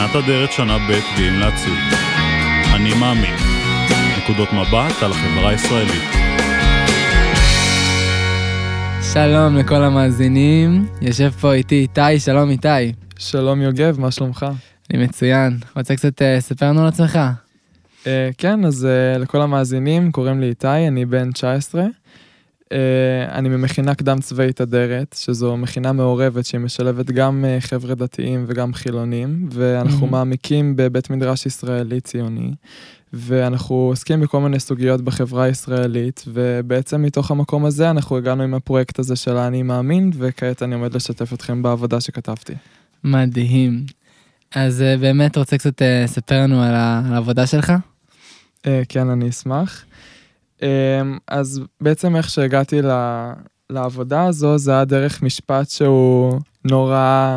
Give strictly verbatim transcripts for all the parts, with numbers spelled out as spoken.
שנת אדרת שנה ב' והמלצות. אני מאמין. נקודות מבט על החברה הישראלית. שלום לכל המאזינים, יושב פה איתי איתי, שלום איתי. שלום יוגב, מה שלומך? אני מצוין, רוצה קצת לספר לנו על עצמך? Uh, כן, אז uh, לכל המאזינים, קוראים לי איתי, אני בן תשע עשרה. Uh, אני ממכינה קדם צבאית אדרת, שזו מכינה מעורבת שהיא משלבת גם uh, חבר'ה דתיים וגם חילונים, ואנחנו mm-hmm. מעמיקים בבית מדרש ישראלי ציוני, ואנחנו עוסקים בכל מיני סוגיות בחברה הישראלית, ובעצם מתוך המקום הזה אנחנו הגענו עם הפרויקט הזה של אני מאמין, וכעת אני עומד לשתף אתכם בעבודה שכתבתי. מדהים. אז uh, באמת רוצה קצת לספר uh, לנו על, ה- על העבודה שלך? Uh, כן, אני אשמח. Um, אז בעצם איך שהגעתי ל- לעבודה הזו, זה היה דרך משפט שהוא נורא,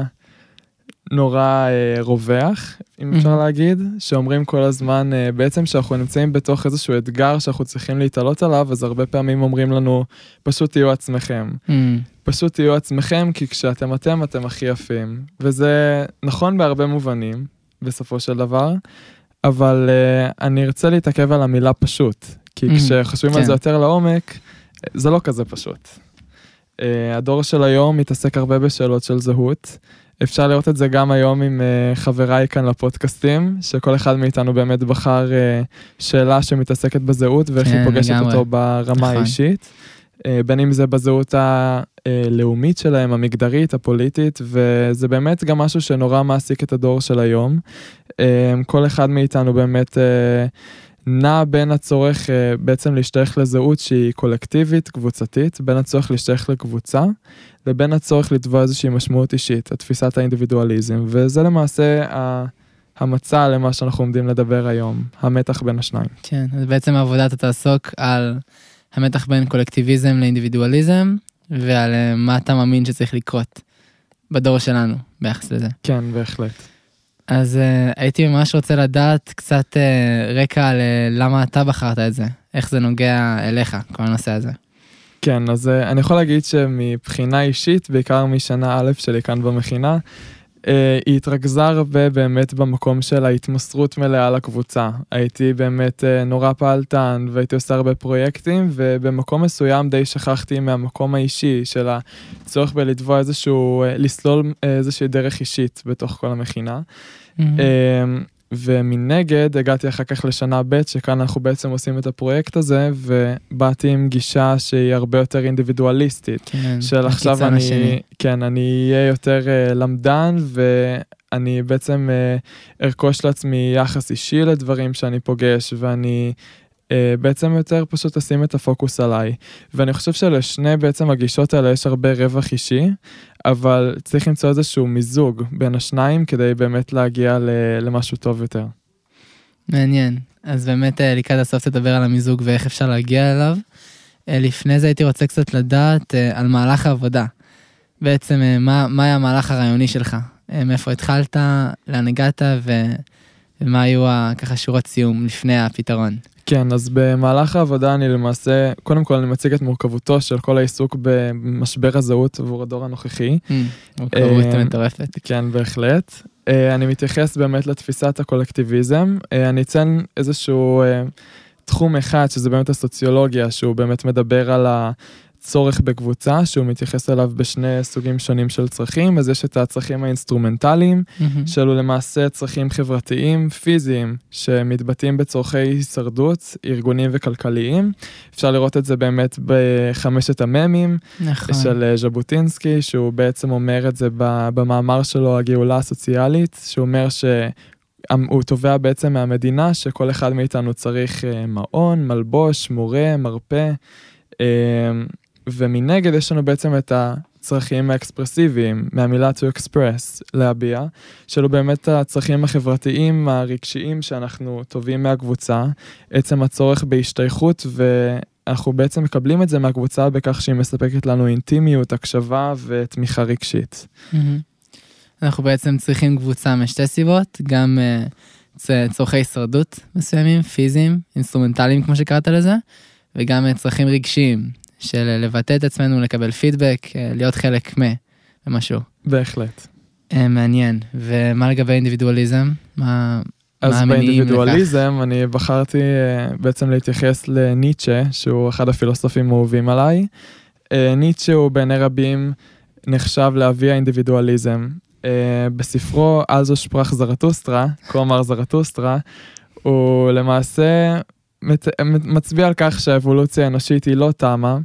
נורא uh, רווח, אם אפשר להגיד, שאומרים כל הזמן, uh, בעצם שאנחנו נמצאים בתוך איזשהו אתגר שאנחנו צריכים להתעלות עליו, אז הרבה פעמים אומרים לנו, פשוט תהיו עצמכם. פשוט תהיו עצמכם, כי כשאתם אתם, אתם הכי יפים. וזה נכון בהרבה מובנים, בסופו של דבר, אבל uh, אני ארצה להתעכב על המילה פשוט, כי mm-hmm. כשחושבים כן. על זה יותר לעומק, זה לא כזה פשוט. Uh, הדור של היום מתעסק הרבה בשאלות של זהות, אפשר לראות את זה גם היום עם uh, חבריי כאן לפודקאסטים, שכל אחד מאיתנו באמת בחר uh, שאלה שמתעסקת בזהות, ואיך כן, היא פוגשת לגמרי. אותו ברמה נכון. האישית, uh, בין אם זה בזהות הלאומית שלהם, המגדרית, הפוליטית, וזה באמת גם משהו שנורא מעסיק את הדור של היום. Uh, כל אחד מאיתנו באמת... Uh, נע בין הצורך uh, בעצם להשתייך לזהות שהיא קולקטיבית, קבוצתית, בין הצורך להשתייך לקבוצה, לבין הצורך לתבוע איזושהי משמעות אישית, התפיסת האינדיבידואליזם, וזה למעשה ה- המצע למה שאנחנו עומדים לדבר היום, המתח בין השניים. כן, אז בעצם העבודה אתה תעסוק על המתח בין קולקטיביזם לאינדיבידואליזם, ועל uh, מה אתה מאמין שצריך לקרות בדור שלנו, ביחס לזה. כן, בהחלט. אז uh, הייתי ממש רוצה לדעת קצת uh, רקע על uh, למה אתה בחרת את זה, איך זה נוגע אליך, כל הנושא הזה. כן, אז uh, אני יכול להגיד שמבחינה אישית, בעיקר משנה א' שלי כאן במכינה, uh, היא התרכזה הרבה באמת במקום של ההתמסרות מלאה לקבוצה. הייתי באמת uh, נורא פעלתן, והייתי עושה הרבה פרויקטים, ובמקום מסוים די שכחתי מהמקום האישי של הצורך בלתבוע איזשהו, uh, לסלול uh, איזושהי דרך אישית בתוך כל המכינה. Mm-hmm. Um, ומנגד הגעתי אחר כך לשנה ב' שכאן אנחנו בעצם עושים את הפרויקט הזה, ובאתי עם גישה שהיא הרבה יותר אינדיבידואליסטית, כן, של עכשיו אני, השני. כן, אני אהיה יותר uh, למדן, ואני בעצם uh, ארכוש לעצמי יחס אישי לדברים שאני פוגש, ואני uh, בעצם יותר פשוט אשים את הפוקוס עליי. ואני חושב שלשני בעצם הגישות האלה יש הרבה רווח אישי, אבל צריך למצוא איזשהו מיזוג בין השניים, כדי באמת להגיע למשהו טוב יותר. מעניין. אז באמת לקראת הסוף תדבר על המיזוג ואיך אפשר להגיע אליו. לפני זה הייתי רוצה קצת לדעת על מהלך העבודה. בעצם מה, מה היה המהלך הרעיוני שלך? מאיפה התחלת, לאן הגעת, ומה היו ככה שורות סיום לפני הפתרון? כן, אז במהלך העבודה אני למעשה, קודם כל אני מציג את מורכבותו של כל העיסוק במשבר הזהות עבור הדור הנוכחי. מורכבות מטורפת. כן, בהחלט. אני מתייחס באמת לתפיסת הקולקטיביזם. אני אציין איזשהו תחום אחד, שזה באמת הסוציולוגיה, שהוא באמת מדבר על הצורך בקבוצה, שהוא מתייחס אליו בשני סוגים שונים של צרכים. אז יש את הצרכים האינסטרומנטליים, שאלו למעשה צרכים חברתיים, פיזיים, שמתבטאים בצורכי הישרדות, ארגוניים וכלכליים. אפשר לראות את זה באמת בחמשת הממים, נכון. של ז'בוטינסקי, שהוא בעצם אומר את זה במאמר שלו, הגאולה הסוציאלית, שהוא אומר שהוא תובע בעצם מהמדינה, שכל אחד מאיתנו צריך מעון, מלבוש, מורה, מרפא, ומנגד יש לנו בעצם את הצרכים האקספרסיביים, מהמילה to express, להביע, שלו באמת הצרכים החברתיים, הרגשיים שאנחנו טובים מהקבוצה, עצם הצורך בהשתייכות, ואנחנו בעצם מקבלים את זה מהקבוצה בכך שהיא מספקת לנו אינטימיות, הקשבה ותמיכה רגשית. אנחנו בעצם צריכים קבוצה משתי סיבות, גם צורכי הישרדות מסוימים, פיזיים, אינסטרומנטליים כמו שקראת לזה, וגם צרכים רגשיים. של לבטא את עצמנו, לקבל פידבק, להיות חלק ממשהו. בהחלט. מעניין. ומה לגבי אינדיבידואליזם? מה... אז באינדיבידואליזם אני בחרתי בעצם להתייחס לניטשה, שהוא אחד הפילוסופים האהובים עליי. ניטשה הוא בעיני רבים נחשב לאבי האינדיבידואליזם. בספרו על זו שפרח זרטוסטרה, כלומר זרטוסטרה, הוא למעשה מצביע על כך שהאבולוציה האנושית היא לא תמה,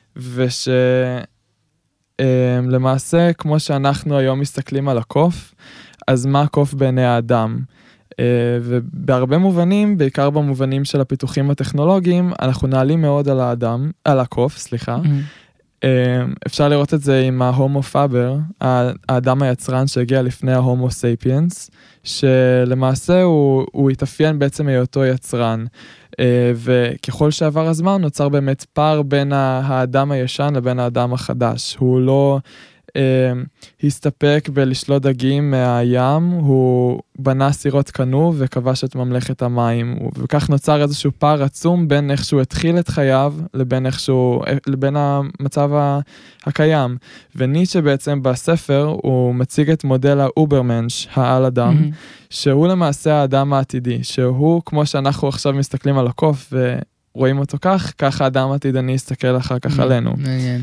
ושלמעשה כמו שאנחנו היום מסתכלים על הקוף, אז מה הקוף בעיני האדם? ובהרבה מובנים, בעיקר במובנים של הפיתוחים הטכנולוגיים, אנחנו נעלים מאוד על האדם, על הקוף, סליחה. אפשר לראות את זה עם ההומו פאבר, האדם היצרן שהגיע לפני ההומו סייפיאנס, שלמעשה הוא, הוא התאפיין בעצם היותו יצרן. וככל שעבר הזמן נוצר באמת פער בין האדם הישן לבין האדם החדש. הוא לא הסתפק בלשלוט דגים מהים, הוא בנה סירות כנוב וכבש את ממלכת המים, וכך נוצר איזשהו פער עצום בין איך שהוא התחיל את חייו לבין איך שהוא, לבין המצב הקיים. וניטשה בעצם בספר הוא מציג את מודל האוברמנש, העל אדם, mm-hmm. שהוא למעשה האדם העתידי, שהוא כמו שאנחנו עכשיו מסתכלים על הקוף ורואים אותו כך, כך האדם העתידני יסתכל אחר כך mm-hmm. עלינו. מעניין.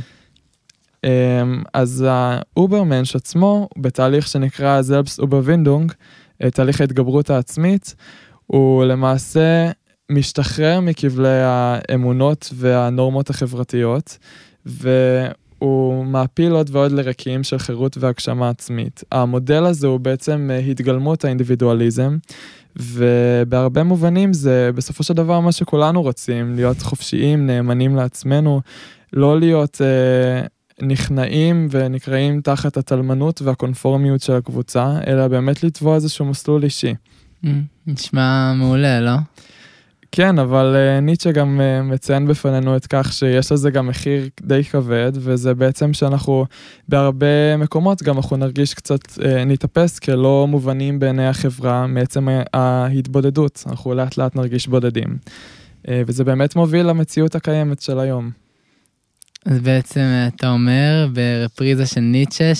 אז האוברמנש עצמו, בתהליך שנקרא זלבס אוברווינדונג, תהליך ההתגברות העצמית, הוא למעשה משתחרר מכבלי האמונות והנורמות החברתיות, והוא מעפיל עוד ועוד לרקיעים של חירות והגשמה עצמית. המודל הזה הוא בעצם התגלמות האינדיבידואליזם, ובהרבה מובנים זה בסופו של דבר מה שכולנו רוצים, להיות חופשיים, נאמנים לעצמנו, לא להיות נכנעים ונקראים תחת התלמנות והקונפורמיות של הקבוצה, אלא באמת לתבוע איזשהו מסלול אישי. נשמע מעולה, לא? כן, אבל ניטשה גם מציין בפנינו את כך שיש לזה גם מחיר די כבד, וזה בעצם שאנחנו בהרבה מקומות גם אנחנו נרגיש קצת, נתאפס כלא מובנים בעיני החברה, מעצם ההתבודדות, אנחנו לאט לאט נרגיש בודדים. וזה באמת מוביל למציאות הקיימת של היום. אז בעצם אתה אומר ברפריזה של ניטשה,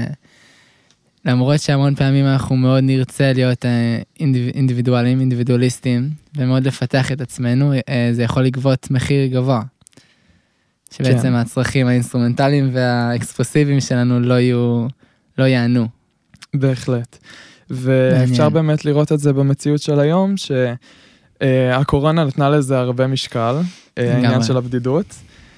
שלמרות שהמון פעמים אנחנו מאוד נרצה להיות אינדיבידואלים, אינדיבידואליסטים, ומאוד לפתח את עצמנו, זה יכול לגבות מחיר גבוה. שבעצם כן. הצרכים האינסטרומנטליים והאקספרסיביים שלנו לא יהיו, לא יענו. בהחלט. ואפשר באמת לראות את זה במציאות של היום, שהקורונה נתנה לזה הרבה משקל, העניין של הבדידות.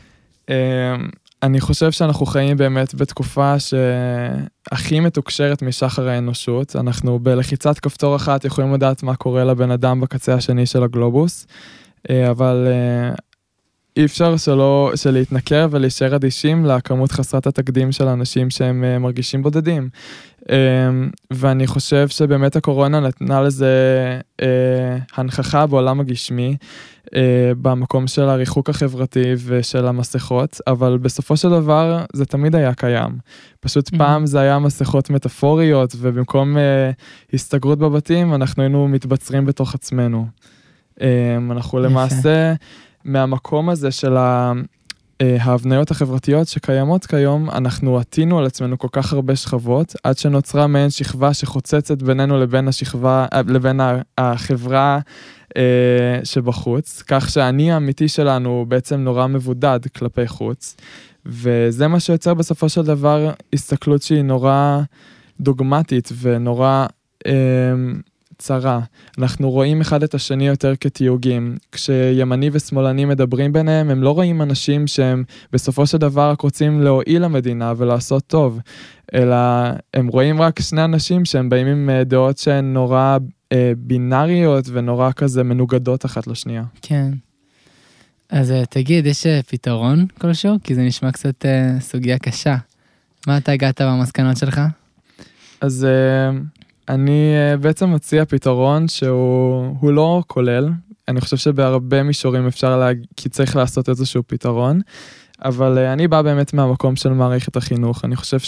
אני חושב שאנחנו חיים באמת בתקופה שהכי מתוקשרת משחר האנושות. אנחנו בלחיצת כפתור אחת יכולים לדעת מה קורה לבן אדם בקצה השני של הגלובוס, אבל אי אפשר שלא, שלהתנכר ולהישאר אדישים לכמות חסרת התקדים של אנשים שהם מרגישים בודדים. ואני חושב שבאמת הקורונה נתנה לזה הנכחה בעולם הגשמי, במקום של הריחוק החברתי ושל המסכות, אבל בסופו של דבר זה תמיד היה קיים. פשוט פעם זה היה מסכות מטאפוריות, ובמקום הסתגרות בבתים, אנחנו היינו מתבצרים בתוך עצמנו. אנחנו למעשה, מהמקום הזה של ההבניות החברתיות שקיימות כיום, אנחנו עטינו על עצמנו כל כך הרבה שכבות, עד שנוצרה מעין שכבה שחוצצת בינינו לבין השכבה, לבין החברה שבחוץ, כך שהאני האמיתי שלנו הוא בעצם נורא מבודד כלפי חוץ, וזה מה שיוצר בסופו של דבר הסתכלות שהיא נורא דוגמטית ונורא צרה. אנחנו רואים אחד את השני יותר כתיוגים. כשימני ושמאלני מדברים ביניהם, הם לא רואים אנשים שהם בסופו של דבר רק רוצים להועיל למדינה ולעשות טוב, אלא הם רואים רק שני אנשים שהם באים עם דעות שהן נורא אה, בינאריות ונורא כזה מנוגדות אחת לשנייה. כן. אז תגיד, יש פתרון כלשהו? כי זה נשמע קצת אה, סוגיה קשה. מה אתה הגעת במסקנות שלך? אז אה, אני בעצם מציע פתרון שהוא לא כולל. אני חושב שבהרבה מישורים אפשר להגיד, כי צריך לעשות איזשהו פתרון, אבל אני בא באמת מהמקום של מערכת החינוך. אני חושב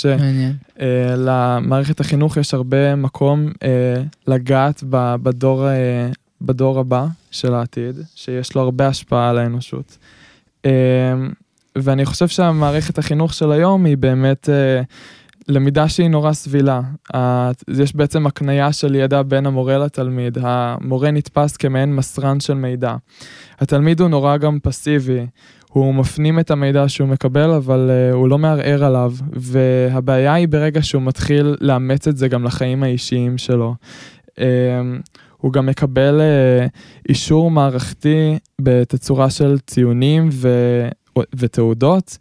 שלמערכת החינוך יש הרבה מקום לגעת בדור, בדור הבא של העתיד, שיש לו הרבה השפעה על האנושות. ואני חושב שהמערכת החינוך של היום היא באמת למידה שהיא נורא סבילה. יש בעצם הקנייה של ידע בין המורה לתלמיד. המורה נתפס כמעין מסרן של מידע. התלמיד הוא נורא גם פסיבי. הוא מפנים את המידע שהוא מקבל, אבל uh, הוא לא מערער עליו. והבעיה היא ברגע שהוא מתחיל לאמץ את זה גם לחיים האישיים שלו. Uh, הוא גם מקבל uh, אישור מערכתי בתצורה של ציונים ו... ותעודות,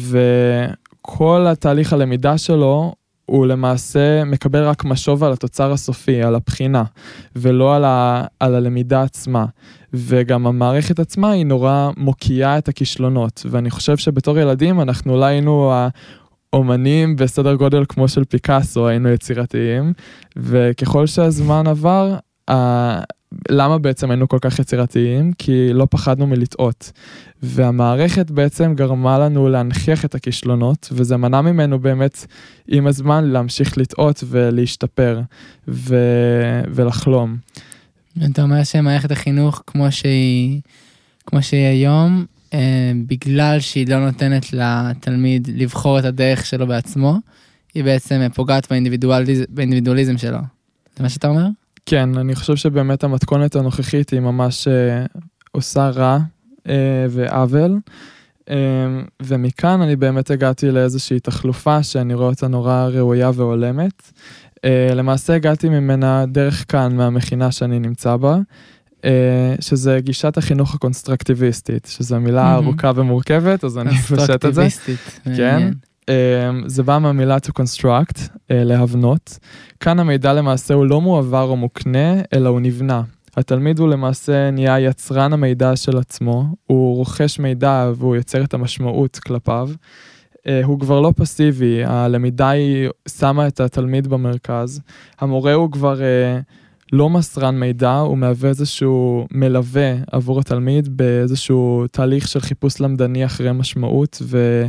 וכל התהליך הלמידה שלו, הוא למעשה מקבל רק משוב על התוצר הסופי, על הבחינה, ולא על, ה... על הלמידה עצמה. וגם המערכת עצמה היא נורא מוקיעה את הכישלונות, ואני חושב שבתור ילדים אנחנו לא היינו האומנים בסדר גודל כמו של פיקאסו, היינו יצירתיים, וככל שהזמן עבר, ה... למה בעצם היינו כל כך יצירתיים? כי לא פחדנו מלטעות. והמערכת בעצם גרמה לנו להנכיח את הכישלונות, וזה מנע ממנו באמת עם הזמן להמשיך לטעות ולהשתפר ו... ולחלום. אתה אומר שמערכת החינוך כמו שהיא, כמו שהיא היום, אה, בגלל שהיא לא נותנת לתלמיד לבחור את הדרך שלו בעצמו, היא בעצם פוגעת באינדיבידואליז... באינדיבידואליזם שלו. זה מה שאתה אומר? כן, אני חושב שבאמת המתכונת הנוכחית היא ממש אה, עושה רע אה, ועוול, אה, ומכאן אני באמת הגעתי לאיזושהי תחלופה שאני רואה אותה נורא ראויה ועולמת. אה, למעשה הגעתי ממנה דרך כאן מהמכינה שאני נמצא בה, אה, שזה גישת החינוך הקונסטרקטיביסטית, שזו מילה ארוכה ומורכבת, אז אני אפשט את זה. כן. זה בא מהמילה to construct, להבנות. כאן המידע למעשה הוא לא מועבר או מוקנה, אלא הוא נבנה. התלמיד הוא למעשה נהיה יצרן המידע של עצמו, הוא רוכש מידע והוא יוצר את המשמעות כלפיו. הוא כבר לא פסיבי, הלמידה היא שמה את התלמיד במרכז. המורה הוא כבר לא מסרן מידע, הוא מהווה איזשהו מלווה עבור התלמיד באיזשהו תהליך של חיפוש למדני אחרי משמעות ו...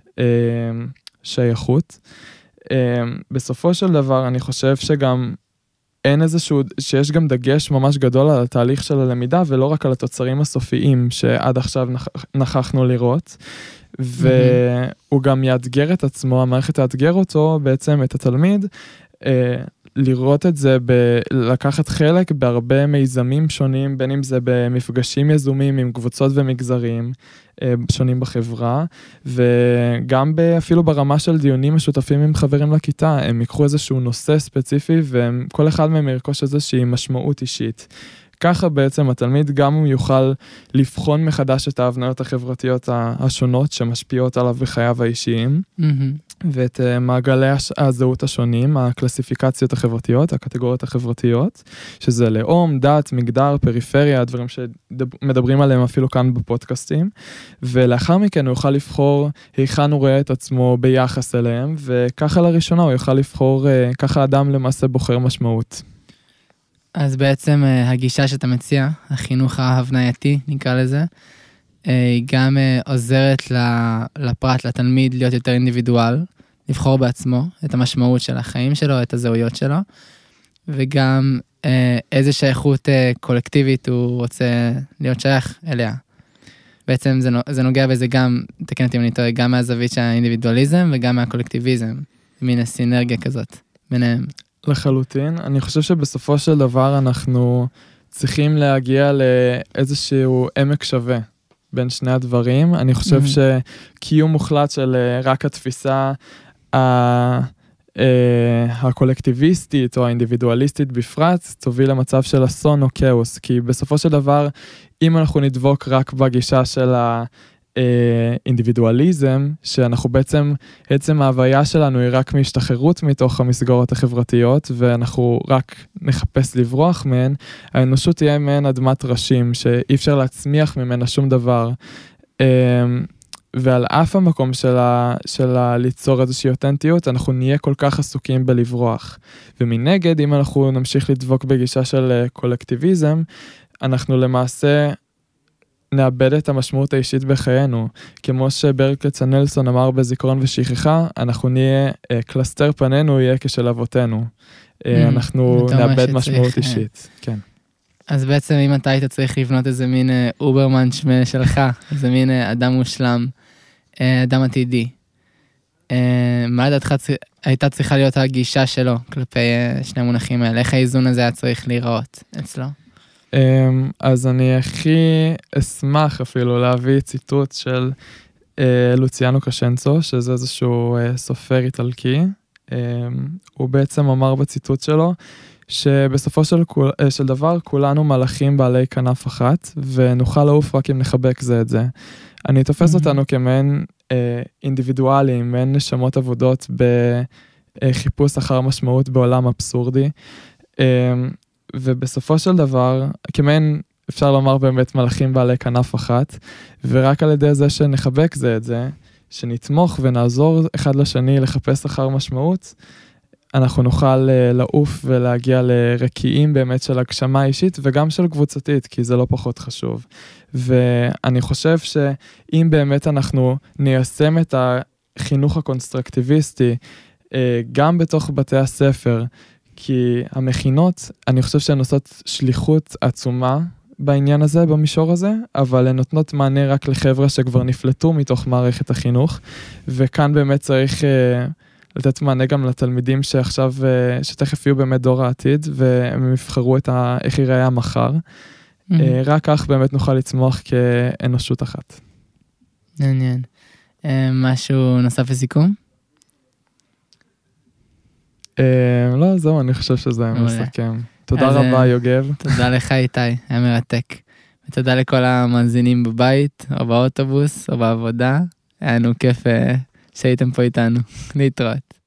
שייכות. בסופו של דבר אני חושב שגם אין איזשהו, שיש גם דגש ממש גדול על התהליך של הלמידה, ולא רק על התוצרים הסופיים שעד עכשיו נכחנו לראות, והוא גם יאתגר את עצמו, המערכת תאתגר אותו, בעצם את התלמיד, לראות את זה, ב- לקחת חלק בהרבה מיזמים שונים, בין אם זה במפגשים יזומים עם קבוצות ומגזרים שונים בחברה, וגם אפילו ברמה של דיונים משותפים עם חברים לכיתה, הם יקחו איזשהו נושא ספציפי, וכל אחד מהם ירכוש איזושהי משמעות אישית. ככה בעצם התלמיד גם הוא יוכל לבחון מחדש את ההבניות החברתיות השונות שמשפיעות עליו בחייו האישיים, mm-hmm. ואת מעגלי הזהות השונים, הקלסיפיקציות החברתיות, הקטגוריות החברתיות, שזה לאום, דת, מגדר, פריפריה, הדברים שמדברים עליהם אפילו כאן בפודקאסטים, ולאחר מכן הוא יוכל לבחור היכן הוא רואה את עצמו ביחס אליהם, וככה לראשונה הוא יוכל לבחור, ככה אדם למעשה בוחר משמעות. אז בעצם הגישה שאתה מציע, החינוך ההבנייתי, נקרא לזה, היא גם עוזרת לפרט, לתלמיד, להיות יותר אינדיבידואל, לבחור בעצמו את המשמעות של החיים שלו, את הזהויות שלו, וגם איזה שייכות קולקטיבית הוא רוצה להיות שייך אליה. בעצם זה נוגע בזה גם, תקן אותי אם אני טועה, גם מהזווית של האינדיבידואליזם וגם מהקולקטיביזם, מין הסינרגיה כזאת ביניהם. לחלוטין. אני חושב שבסופו של דבר אנחנו צריכים להגיע לאיזשהו עמק שווה בין שני הדברים. אני חושב שקיום מוחלט של רק התפיסה הקולקטיביסטית או האינדיבידואליסטית בפרט, תוביל למצב של אסון או כאוס, כי בסופו של דבר, אם אנחנו נדבוק רק בגישה של ה... אינדיבידואליזם, שאנחנו בעצם, עצם ההוויה שלנו היא רק מהשתחררות מתוך המסגרות החברתיות, ואנחנו רק נחפש לברוח מהן, האנושות תהיה מהן אדמת ראשים, שאי אפשר להצמיח ממנה שום דבר. ועל אף המקום שלה, שלה ליצור איזושהי אותנטיות, אנחנו נהיה כל כך עסוקים בלברוח. ומנגד, אם אנחנו נמשיך לדבוק בגישה של קולקטיביזם, אנחנו למעשה נאבד את המשמעות האישית בחיינו. כמו שברל כצנלסון אמר בזיכרון ושכחה, אנחנו נהיה, קלסטר פנינו יהיה כשל אבותינו. אנחנו נאבד משמעות אישית. כן. אז בעצם אם אתה היית צריך לבנות איזה מין אוברמן שלך, איזה מין אדם מושלם, אדם עתידי, מה לדעתך הייתה צריכה להיות הגישה שלו כלפי שני המונחים האלה? איך האיזון הזה היה צריך להיראות אצלו? אז אני הכי אשמח אפילו להביא ציטוט של לוציאנו קשנצו, שזה איזשהו סופר איטלקי. הוא בעצם אמר בציטוט שלו, שבסופו של, של דבר כולנו מלאכים בעלי כנף אחת, ונוכל לעוף רק אם נחבק זה את זה. אני תופס אותנו כמעין אינדיבידואלים, מעין נשמות עבודות בחיפוש אחר משמעות בעולם אבסורדי, ובסופו של דבר, כמעין אפשר לומר באמת מלאכים בעלי כנף אחת, ורק על ידי זה שנחבק זה את זה, שנתמוך ונעזור אחד לשני לחפש אחר משמעות, אנחנו נוכל לעוף ולהגיע לרקיעים באמת של הגשמה אישית וגם של קבוצתית, כי זה לא פחות חשוב. ואני חושב שאם באמת אנחנו ניישם את החינוך הקונסטרקטיביסטי, גם בתוך בתי הספר, כי המכינות, אני חושב שהן עושות שליחות עצומה בעניין הזה, במישור הזה, אבל הן נותנות מענה רק לחבר'ה שכבר נפלטו מתוך מערכת החינוך, וכאן באמת צריך לתת מענה גם לתלמידים שעכשיו, שתכף יהיו באמת דור העתיד, והם יבחרו את איך ייראה המחר. רק כך באמת נוכל לצמוח כאנושות אחת. מעניין. משהו נוסף לסיכום? לא, זהו, אני חושב שזה מסכם. תודה רבה, יוגב. תודה לך, איתי, היה מרתק. ותודה לכל המאזינים בבית, או באוטובוס, או בעבודה. היה לנו כיף שהייתם פה איתנו. להתראות.